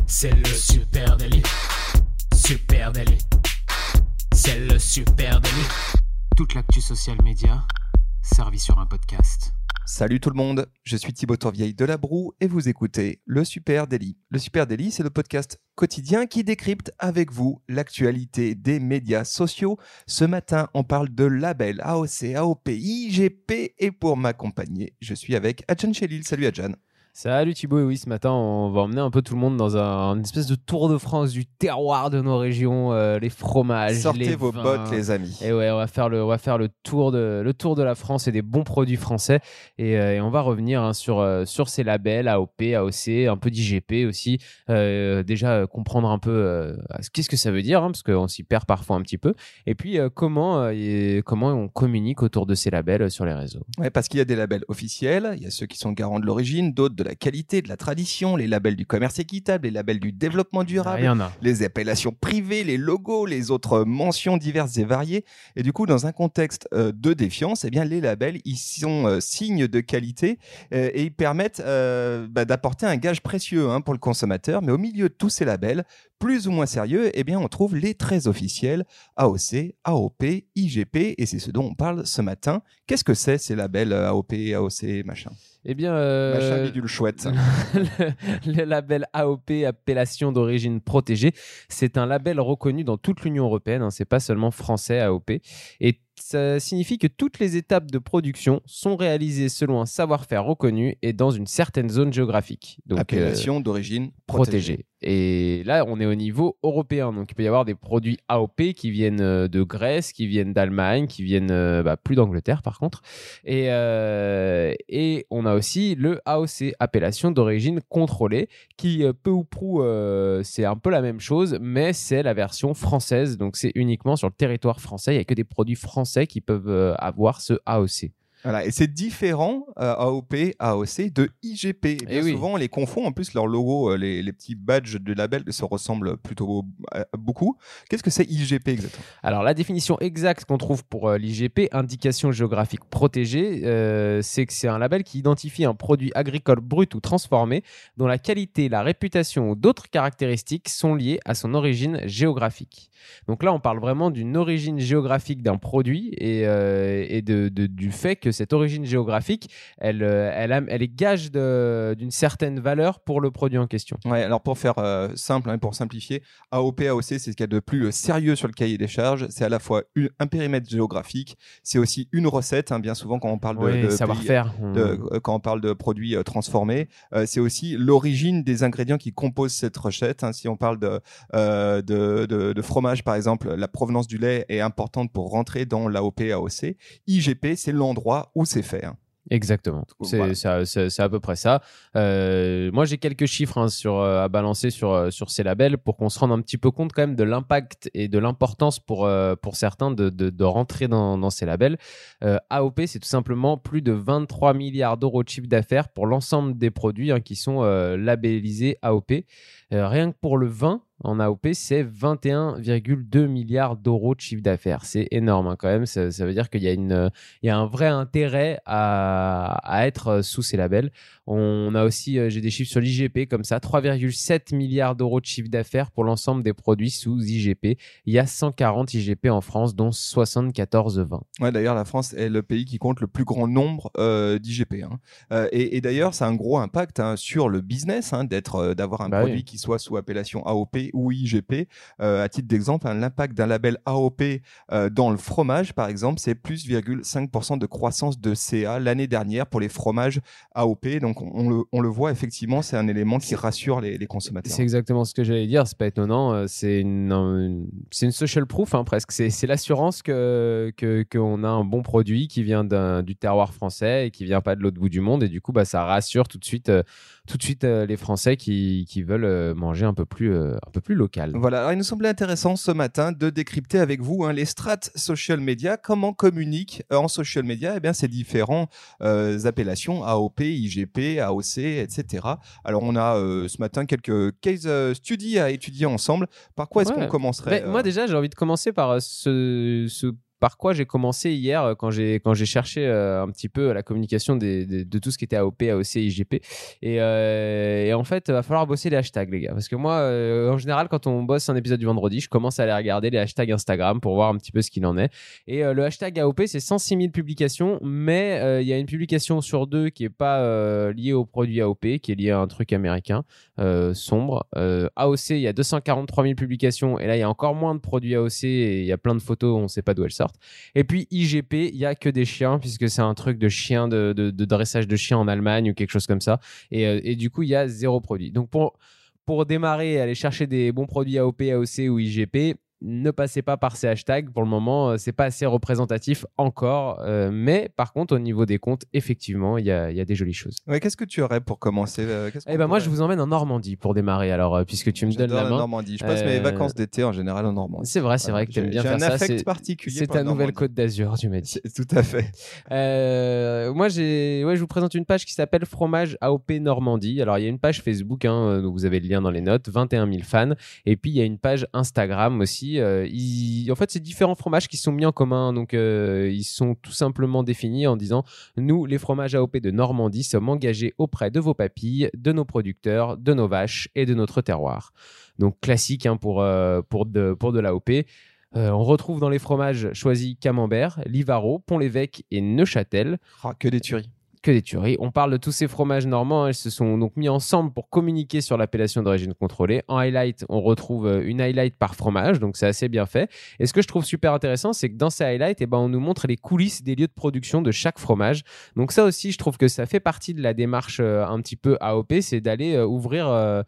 C'est le Super Daily. Super Daily. C'est le Super Daily. Toute l'actu social média servie sur un podcast. Salut tout le monde, je suis Thibaut Tourvieille de La Broue et vous écoutez le Super Daily. Le Super Daily, c'est le podcast quotidien qui décrypte avec vous l'actualité des médias sociaux. Ce matin, on parle de labels AOC, AOP, IGP et pour m'accompagner, je suis avec Adjan Chelil. Salut Adjan. Salut Thibaut, et oui, ce matin on va emmener un peu tout le monde dans une espèce de tour de France du terroir de nos régions, les fromages, Sortez les vos vins. bottes les amis. Et ouais, on va faire le tour de la France et des bons produits français et on va revenir sur ces labels AOP, AOC, un peu d'IGP aussi, déjà comprendre un peu qu'est-ce que ça veut dire, parce qu'on s'y perd parfois un petit peu, et puis comment on communique autour de ces labels sur les réseaux. Ouais, parce qu'il y a des labels officiels, il y a ceux qui sont garants de l'origine, d'autres de la qualité, de la tradition, les labels du commerce équitable, les labels du développement durable, Il y en a. les appellations privées, les logos, les autres mentions diverses et variées. Et du coup, dans un contexte de défiance, eh bien, les labels, ils sont signes de qualité et ils permettent d'apporter un gage précieux pour le consommateur. Mais au milieu de tous ces labels, plus ou moins sérieux, eh bien, on trouve les très officiels AOC, AOP, IGP, et c'est ce dont on parle ce matin. Qu'est-ce que c'est ces labels AOP, AOC, machin ? Eh bien, Machin bidule chouette. le label AOP, appellation d'origine protégée, c'est un label reconnu dans toute l'Union européenne, c'est pas seulement français AOP, et ça signifie que toutes les étapes de production sont réalisées selon un savoir-faire reconnu et dans une certaine zone géographique. Donc, appellation d'origine protégée. Et là, on est au niveau européen. Donc, il peut y avoir des produits AOP qui viennent de Grèce, qui viennent d'Allemagne, qui viennent plus d'Angleterre par contre. Et on a aussi le AOC, appellation d'origine contrôlée, qui peu ou prou, c'est un peu la même chose, mais c'est la version française. Donc, c'est uniquement sur le territoire français. Il n'y a que des produits français qui peuvent avoir ce AOC. Voilà, et c'est différent AOP, AOC de IGP. Et bien souvent, on les confond. En plus, leur logo, les petits badges de label se ressemblent plutôt beaucoup. Qu'est-ce que c'est IGP exactement ? Alors, la définition exacte qu'on trouve pour l'IGP, indication géographique protégée, c'est que c'est un label qui identifie un produit agricole brut ou transformé dont la qualité, la réputation ou d'autres caractéristiques sont liées à son origine géographique. Donc là, on parle vraiment d'une origine géographique d'un produit et du fait que cette origine géographique, elle est gage d'une certaine valeur pour le produit en question. Ouais, alors pour faire simple, pour simplifier, AOP, AOC, c'est ce qu'il y a de plus sérieux sur le cahier des charges. C'est à la fois un périmètre géographique, c'est aussi une recette. Bien souvent, quand on parle de savoir-faire, quand on parle de produits transformés, c'est aussi l'origine des ingrédients qui composent cette recette. Si on parle de fromage, par exemple, la provenance du lait est importante pour rentrer dans l'AOP, AOC. IGP, c'est l'endroit où c'est fait. Exactement, c'est à peu près ça. Moi, j'ai quelques chiffres à balancer sur ces labels pour qu'on se rende un petit peu compte quand même de l'impact et de l'importance pour certains de rentrer dans ces labels. AOP, c'est tout simplement plus de 23 milliards d'euros de chiffre d'affaires pour l'ensemble des produits qui sont labellisés AOP. Rien que pour le vin, en AOP, c'est 21,2 milliards d'euros de chiffre d'affaires. C'est énorme quand même. Ça veut dire qu'il y a un vrai intérêt à être sous ces labels. On a aussi, j'ai des chiffres sur l'IGP comme ça, 3,7 milliards d'euros de chiffre d'affaires pour l'ensemble des produits sous IGP. Il y a 140 IGP en France, dont 74 vins. Ouais, d'ailleurs, la France est le pays qui compte le plus grand nombre d'IGP. Et d'ailleurs, ça a un gros impact sur le business d'avoir un produit qui soit sous appellation AOP ou IGP. À titre d'exemple, l'impact d'un label AOP dans le fromage, par exemple, c'est plus 0,5% de croissance de CA l'année dernière pour les fromages AOP. Donc, on le voit effectivement, c'est un élément qui rassure les consommateurs. C'est exactement ce que j'allais dire, c'est pas étonnant. C'est une social proof presque. C'est l'assurance qu'on a un bon produit qui vient du terroir français et qui vient pas de l'autre bout du monde. Et du coup, ça rassure tout de suite les Français qui veulent manger un peu plus local. Voilà, alors il nous semblait intéressant ce matin de décrypter avec vous les strates social media, comment communiquent en social media ces différents appellations AOP, IGP, AOC, etc. Alors on a ce matin quelques case studies à étudier ensemble. Par quoi est-ce qu'on commencerait Moi déjà, j'ai envie de commencer par ce par quoi j'ai commencé hier quand j'ai cherché un petit peu la communication de tout ce qui était AOP, AOC, IGP. Et en fait, il va falloir bosser les hashtags, les gars. Parce que moi, en général, quand on bosse un épisode du vendredi, je commence à aller regarder les hashtags Instagram pour voir un petit peu ce qu'il en est. Et le hashtag AOP, c'est 106 000 publications, mais il y a une publication sur 2 qui n'est pas liée au produit AOP, qui est liée à un truc américain sombre. AOC, il y a 243 000 publications, et là, il y a encore moins de produits AOC, et il y a plein de photos, on ne sait pas d'où elles sortent. Et puis IGP, il n'y a que des chiens, puisque c'est un truc de chien, de dressage de chiens en Allemagne ou quelque chose comme ça. Et du coup, il y a 0 produit. Donc pour démarrer et aller chercher des bons produits AOP, AOC ou IGP, ne passez pas par ces hashtags. Pour le moment, c'est pas assez représentatif encore. Mais par contre, au niveau des comptes, effectivement, il y a des jolies choses. Ouais, qu'est-ce que tu aurais pour commencer moi, je vous emmène en Normandie pour démarrer. Alors, puisque tu me donnes la main. Normandie. Je passe mes vacances d'été en général en Normandie. C'est vrai que tu aimes bien faire ça. J'ai un affect particulier. C'est ta nouvelle Côte d'Azur, tu m'as dit. Tout à fait. Moi, je vous présente une page qui s'appelle Fromage AOP Normandie. Alors, il y a une page Facebook, donc vous avez le lien dans les notes, 21 000 fans. Et puis, il y a une page Instagram aussi. En fait, c'est différents fromages qui sont mis en commun. Donc, ils sont tout simplement définis en disant « Nous, les fromages AOP de Normandie, sommes engagés auprès de vos papilles, de nos producteurs, de nos vaches et de notre terroir. » Donc, classique pour de l'AOP. On retrouve dans les fromages choisis Camembert, Livaro, Pont-l'Évêque et Neuchâtel. Que des tueries. Que des tueries. On parle de tous ces fromages normands. Ils se sont donc mis ensemble pour communiquer sur l'appellation d'origine contrôlée. En highlight, on retrouve une highlight par fromage, donc c'est assez bien fait. Et ce que je trouve super intéressant, c'est que dans ces highlights, on nous montre les coulisses des lieux de production de chaque fromage. Donc ça aussi, je trouve que ça fait partie de la démarche un petit peu AOP, c'est d'aller ouvrir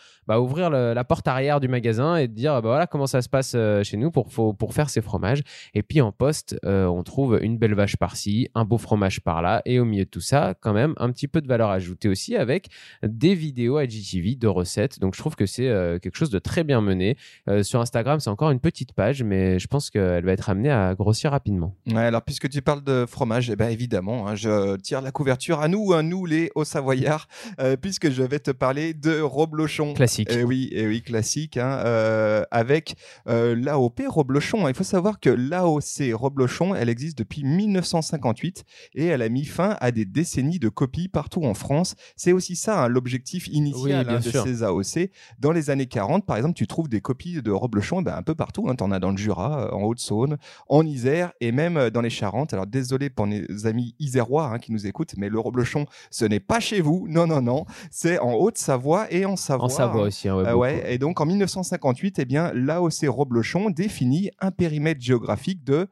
la porte arrière du magasin et de dire voilà comment ça se passe chez nous pour faire ces fromages. Et puis en poste, on trouve une belle vache par-ci, un beau fromage par-là, et au milieu de tout ça, quand même un petit peu de valeur ajoutée aussi avec des vidéos IGTV de recettes. Donc je trouve que c'est quelque chose de très bien mené. Sur Instagram, c'est encore une petite page, mais je pense qu'elle va être amenée à grossir rapidement. Ouais, alors puisque tu parles de fromage, évidemment, je tire la couverture à nous les Hauts-Savoyards, puisque je vais te parler de Roblochon. Classique. Oui, classique, avec l'AOP Roblochon. Il faut savoir que l'AOC Roblochon, elle existe depuis 1958 et elle a mis fin à des décennies de copies partout en France. C'est aussi ça l'objectif initial de ces AOC. Dans les années 40, par exemple, tu trouves des copies de Roblochon un peu partout. Tu en as dans le Jura, en Haute-Saône, en Isère et même dans les Charentes. Alors désolé pour nos amis isérois qui nous écoutent, mais le Roblochon, ce n'est pas chez vous. Non. C'est en Haute-Savoie et en Savoie. En Savoie aussi. Et donc en 1958, l'AOC Roblochon définit un périmètre géographique de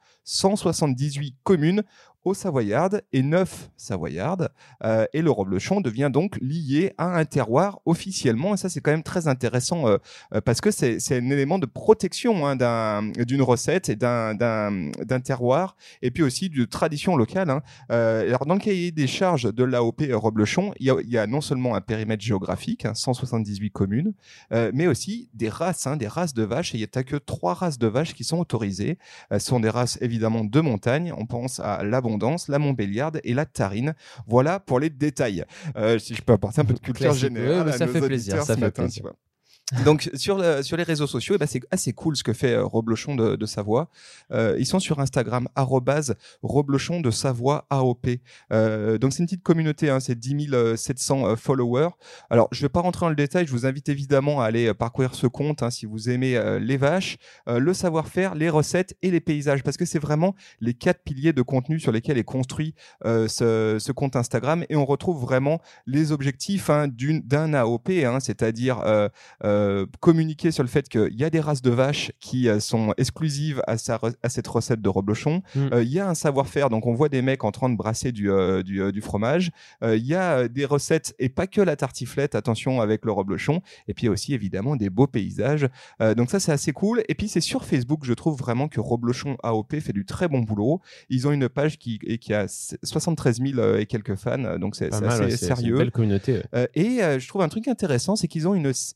178 communes aux Savoyardes et 9 Savoyardes. Et le Roblochon devient donc lié à un terroir officiellement. Et ça, c'est quand même très intéressant parce que c'est un élément de protection d'une recette et d'un terroir et puis aussi de tradition locale. Alors, dans le cahier des charges de l'AOP Roblochon, il y a non seulement un périmètre géographique, 178 communes, mais aussi des races de vaches. Et il n'y a que 3 races de vaches qui sont autorisées. Ce sont des races évidemment de montagne. On pense à l'Abondance, la Montbéliarde et la Tarine. Voilà pour les détails. Si je peux apporter un peu de culture générale à nos auditeurs ce matin. Donc sur les réseaux sociaux, c'est assez cool ce que fait Roblochon de Savoie. Ils sont sur Instagram @Roblochon de Savoie AOP. Donc c'est une petite communauté, c'est 10 700 followers. Alors je vais pas rentrer dans le détail, je vous invite évidemment à aller parcourir ce compte si vous aimez les vaches, le savoir-faire, les recettes et les paysages, parce que c'est vraiment les 4 piliers de contenu sur lesquels est construit ce compte Instagram, et on retrouve vraiment les objectifs d'un AOP, c'est-à-dire communiquer sur le fait qu'il y a des races de vaches qui sont exclusives à cette recette de Roblochon. Il y a un savoir-faire, donc on voit des mecs en train de brasser du fromage. Il y a des recettes et pas que la tartiflette, attention avec le Roblochon. Et puis aussi évidemment des beaux paysages. Donc ça c'est assez cool. Et puis c'est sur Facebook, je trouve vraiment que Roblochon AOP fait du très bon boulot. Ils ont une page qui a 73 000 et quelques fans, donc c'est assez sérieux. C'est une belle communauté. Et je trouve un truc intéressant, c'est qu'ils ont une CR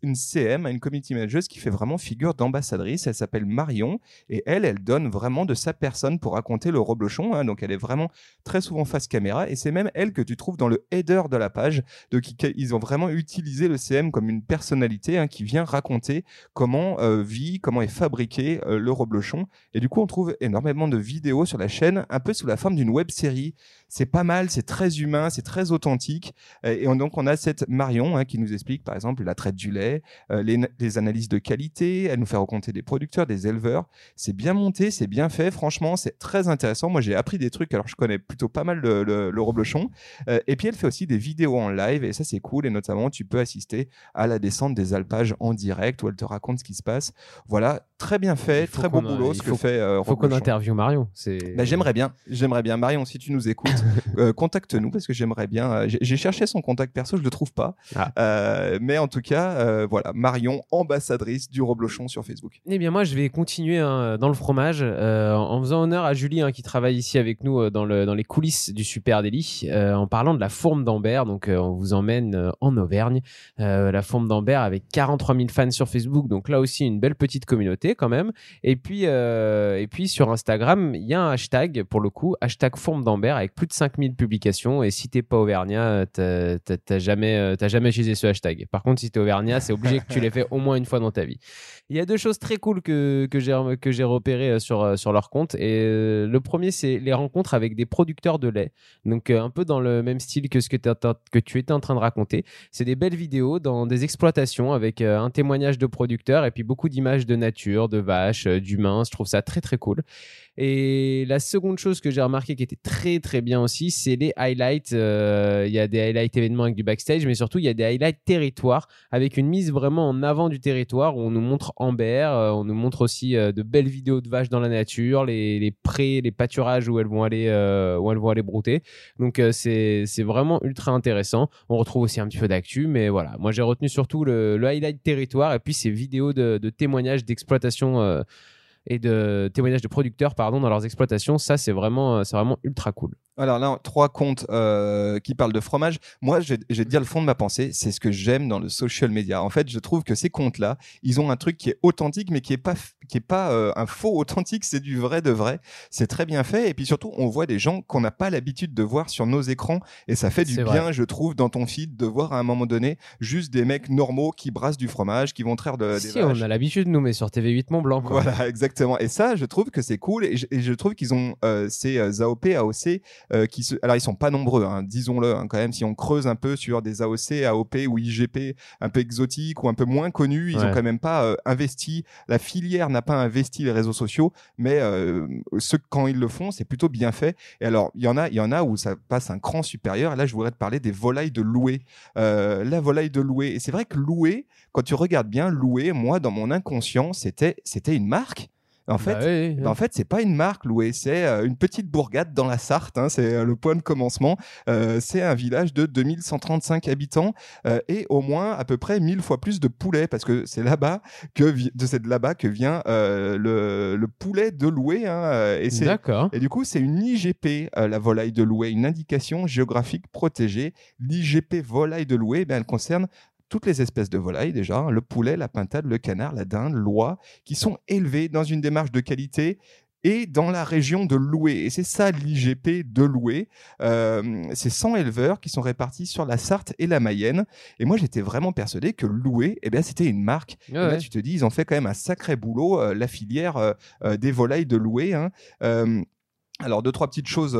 CM, une community manager qui fait vraiment figure d'ambassadrice. Elle s'appelle Marion et elle donne vraiment de sa personne pour raconter le reblochon. Hein. Donc elle est vraiment très souvent face caméra et c'est même elle que tu trouves dans le header de la page. Donc ils ont vraiment utilisé le CM comme une personnalité qui vient raconter comment comment est fabriqué le reblochon. Et du coup, on trouve énormément de vidéos sur la chaîne, un peu sous la forme d'une web série. C'est pas mal, c'est très humain, c'est très authentique. Et donc, on a cette Marion qui nous explique, par exemple, la traite du lait, les analyses de qualité. Elle nous fait raconter des producteurs, des éleveurs. C'est bien monté, c'est bien fait. Franchement, c'est très intéressant. Moi, j'ai appris des trucs, alors je connais plutôt pas mal le reblochon. Et puis, elle fait aussi des vidéos en live, et ça, c'est cool. Et notamment, tu peux assister à la descente des alpages en direct, où elle te raconte ce qui se passe. Voilà, très bien fait, très beau boulot ce que fait il faut qu'on interviewe Marion. J'aimerais bien. Marion, si tu nous écoutes, contacte-nous parce que j'aimerais bien. J'ai cherché son contact perso, je le trouve pas. Mais en tout cas, voilà, Marion, ambassadrice du reblochon sur Facebook. Eh bien, moi, je vais continuer dans le fromage en faisant honneur à Julie qui travaille ici avec nous dans les coulisses du Super Délit, en parlant de la fourme d'Ambert. Donc, on vous emmène en Auvergne. La fourme d'Ambert avec 43 000 fans sur Facebook. Donc là aussi, une belle petite communauté quand même. Et puis sur Instagram, il y a un hashtag pour le coup, hashtag fourme d'Ambert avec plus de 5000 publications. Et si t'es pas auvergnat, t'as jamais utilisé ce hashtag. Par contre, si t'es auvergnat, c'est obligé que tu l'aies fait au moins une fois dans ta vie. Il y a deux choses très cool que j'ai repérées sur leur compte. Et le premier, c'est les rencontres avec des producteurs de lait. Donc un peu dans le même style que ce que tu étais en train de raconter. C'est des belles vidéos dans des exploitations avec un témoignage de producteurs et puis beaucoup d'images de nature, de vaches, d'humains. Je trouve ça très très cool. Et la seconde chose que j'ai remarqué qui était très très bien aussi, c'est les highlights. Il y a des highlights événements avec du backstage, mais surtout il y a des highlights territoires avec une mise vraiment en avant du territoire où on nous montre Ambert, on nous montre aussi de belles vidéos de vaches dans la nature, les prés, les pâturages où elles vont aller brouter. Donc c'est vraiment ultra intéressant. On retrouve aussi un petit peu d'actu, mais voilà. Moi j'ai retenu surtout le highlight territoire et puis ces vidéos de témoignages d'exploitation et de témoignages de producteurs dans leurs exploitations. Ça, c'est vraiment ultra cool. Alors là, 3 comptes qui parlent de fromage. Moi, je vais te dire le fond de ma pensée, c'est ce que j'aime dans le social media. En fait, je trouve que ces comptes-là, ils ont un truc qui est authentique, mais qui est pas un faux authentique, c'est du vrai de vrai. C'est très bien fait. Et puis surtout, on voit des gens qu'on n'a pas l'habitude de voir sur nos écrans. Et ça fait du bien, je trouve, dans ton feed, de voir à un moment donné juste des mecs normaux qui brassent du fromage, qui vont traire des vaches. On a l'habitude, nous, mais sur TV8 Mont-Blanc. Quoi. Voilà, exactement. Et ça, je trouve que c'est cool. Et je trouve qu'ils ont ces AOP, AOC, alors ils sont pas nombreux, disons-le quand même. Si on creuse un peu sur des AOC, AOP ou IGP un peu exotiques ou un peu moins connus, ils ont quand même pas investi. La filière n'a pas investi les réseaux sociaux, mais quand ils le font, c'est plutôt bien fait. Et alors il y en a où ça passe un cran supérieur. Et là, je voudrais te parler des volailles de Loué. La volaille de Loué. Et c'est vrai que Loué, quand tu regardes bien Loué, moi dans mon inconscient, c'était une marque. En fait, c'est pas une marque, Loué, c'est une petite bourgade dans la Sarthe, c'est le point de commencement. C'est un village de 2135 habitants et au moins à peu près 1000 fois plus de poulets, parce que c'est là-bas que vient le poulet de Loué. D'accord. Et du coup, c'est une IGP, la volaille de Loué, une indication géographique protégée. L'IGP volaille de Loué, elle concerne toutes les espèces de volailles déjà, le poulet, la pintade, le canard, la dinde, l'oie, qui sont élevées dans une démarche de qualité et dans la région de Loué. Et c'est ça l'IGP de Loué. C'est 100 éleveurs qui sont répartis sur la Sarthe et la Mayenne. Et moi, j'étais vraiment persuadé que Loué, c'était une marque. Et là, tu te dis, ils ont fait quand même un sacré boulot, la filière des volailles de Loué. Alors, deux, trois petites choses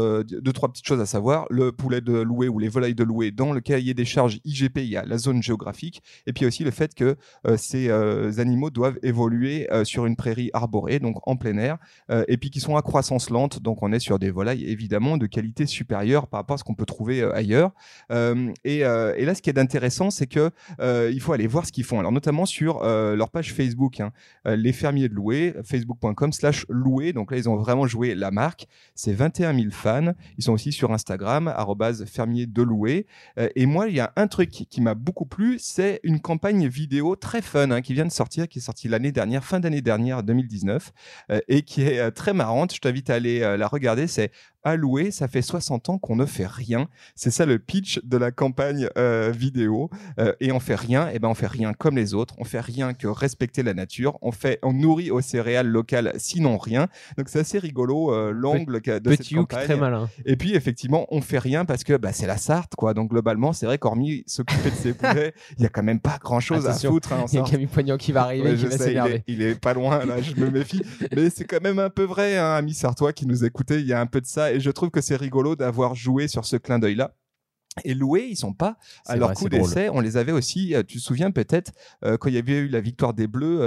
à savoir. Le poulet de Loué ou les volailles de Loué, dans le cahier des charges IGP, il y a la zone géographique. Et puis aussi le fait que ces animaux doivent évoluer sur une prairie arborée, donc en plein air, et puis qui sont à croissance lente. Donc, on est sur des volailles, évidemment, de qualité supérieure par rapport à ce qu'on peut trouver ailleurs. Et là, ce qui est intéressant, c'est que il faut aller voir ce qu'ils font. Alors, notamment sur leur page Facebook, les fermiers de Loué, facebook.com/Loué. Donc là, ils ont vraiment joué la marque. C'est 21 000 fans. Ils sont aussi sur Instagram, @fermier de Loué. Et moi, il y a un truc qui m'a beaucoup plu, c'est une campagne vidéo très fun qui vient de sortir, qui est sortie l'année dernière, fin d'année dernière, 2019, et qui est très marrante. Je t'invite à aller la regarder. C'est à louer. Ça fait 60 ans qu'on ne fait rien. C'est ça le pitch de la campagne vidéo. Et on fait rien. Et ben on fait rien comme les autres. On fait rien que respecter la nature. On nourrit aux céréales locales, sinon rien. Donc c'est assez rigolo l'angle de cette campagne. Très malin. Et puis effectivement, on fait rien parce que c'est la Sarthe, quoi. Donc globalement, c'est vrai qu'hormis s'occuper de ses poulets, il y a quand même pas grand-chose à foutre. Il y a Camille Poignant qui va arriver, qui va s'énerver. Il est pas loin là, je me méfie. Mais c'est quand même un peu vrai, hein, amis sartois qui nous écoutaient, il y a un peu de ça, et je trouve que c'est rigolo d'avoir joué sur ce clin d'œil-là. Et loués, ils sont pas à leur coup d'essai. On les avait aussi, tu te souviens peut-être, quand il y avait eu la victoire des Bleus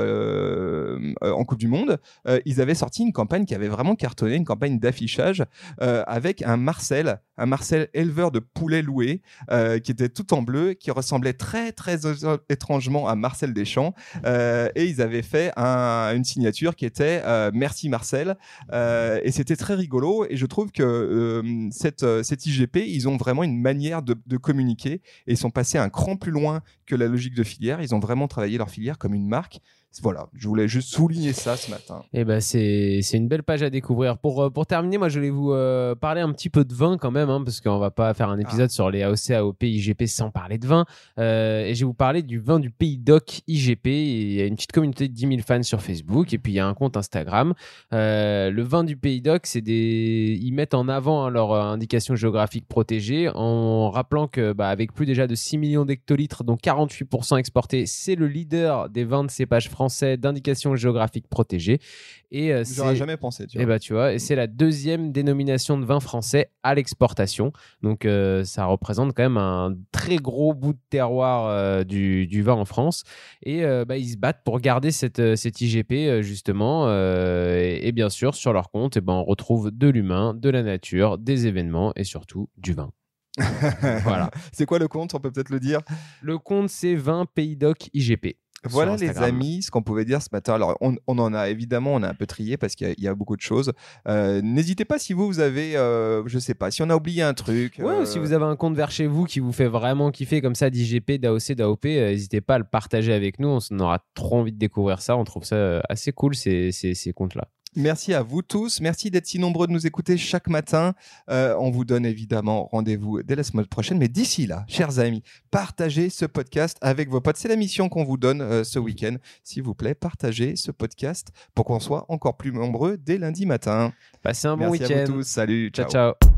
en Coupe du Monde, ils avaient sorti une campagne qui avait vraiment cartonné, une campagne d'affichage avec un Marcel éleveur de poulets loués, qui était tout en bleu, qui ressemblait très très étrangement à Marcel Deschamps, et ils avaient fait une signature qui était merci Marcel, et c'était très rigolo. Et je trouve que cette IGP, ils ont vraiment une manière de communiquer, et ils sont passés un cran plus loin que la logique de filière. Ils ont vraiment travaillé leur filière comme une marque. Voilà, je voulais juste souligner ça ce matin. Et c'est une belle page à découvrir. Pour terminer, moi je voulais vous parler un petit peu de vin quand même, hein, parce qu'on va pas faire un épisode sur les AOC, AOP, IGP sans parler de vin. Et je vais vous parler du vin du Pays d'Oc IGP. Il y a une petite communauté de 10 000 fans sur Facebook, et puis il y a un compte Instagram. Le vin du Pays d'Oc, ils mettent en avant leur indication géographique protégée, en rappelant que avec plus déjà de 6 millions d'hectolitres, dont 48% exportés, c'est le leader des vins de cépage français d'indication géographique protégée. Et j'aurais jamais pensé, tu vois. Et tu vois, et c'est la deuxième dénomination de vin français à l'exportation. Donc ça représente quand même un très gros bout de terroir du vin en France. Et ils se battent pour garder cette IGP justement. Et bien sûr, sur leur compte, on retrouve de l'humain, de la nature, des événements et surtout du vin. Voilà. C'est quoi le compte? On peut peut-être le dire. Le compte, c'est Vin Pays d'Oc IGP. Voilà les amis, ce qu'on pouvait dire ce matin. Alors on en a évidemment, on a un peu trié parce qu'il y a beaucoup de choses. N'hésitez pas si vous avez, je sais pas, si on a oublié un truc. Ouais, si vous avez un compte vers chez vous qui vous fait vraiment kiffer comme ça d'IGP, d'AOC, d'AOP, n'hésitez pas à le partager avec nous. On aura trop envie de découvrir ça. On trouve ça assez cool ces comptes-là. Merci à vous tous. Merci d'être si nombreux de nous écouter chaque matin. On vous donne évidemment rendez-vous dès la semaine prochaine. Mais d'ici là, chers amis, partagez ce podcast avec vos potes. C'est la mission qu'on vous donne ce week-end. S'il vous plaît, partagez ce podcast pour qu'on soit encore plus nombreux dès lundi matin. Passez un bon week-end. Merci à vous tous. Salut. Ciao.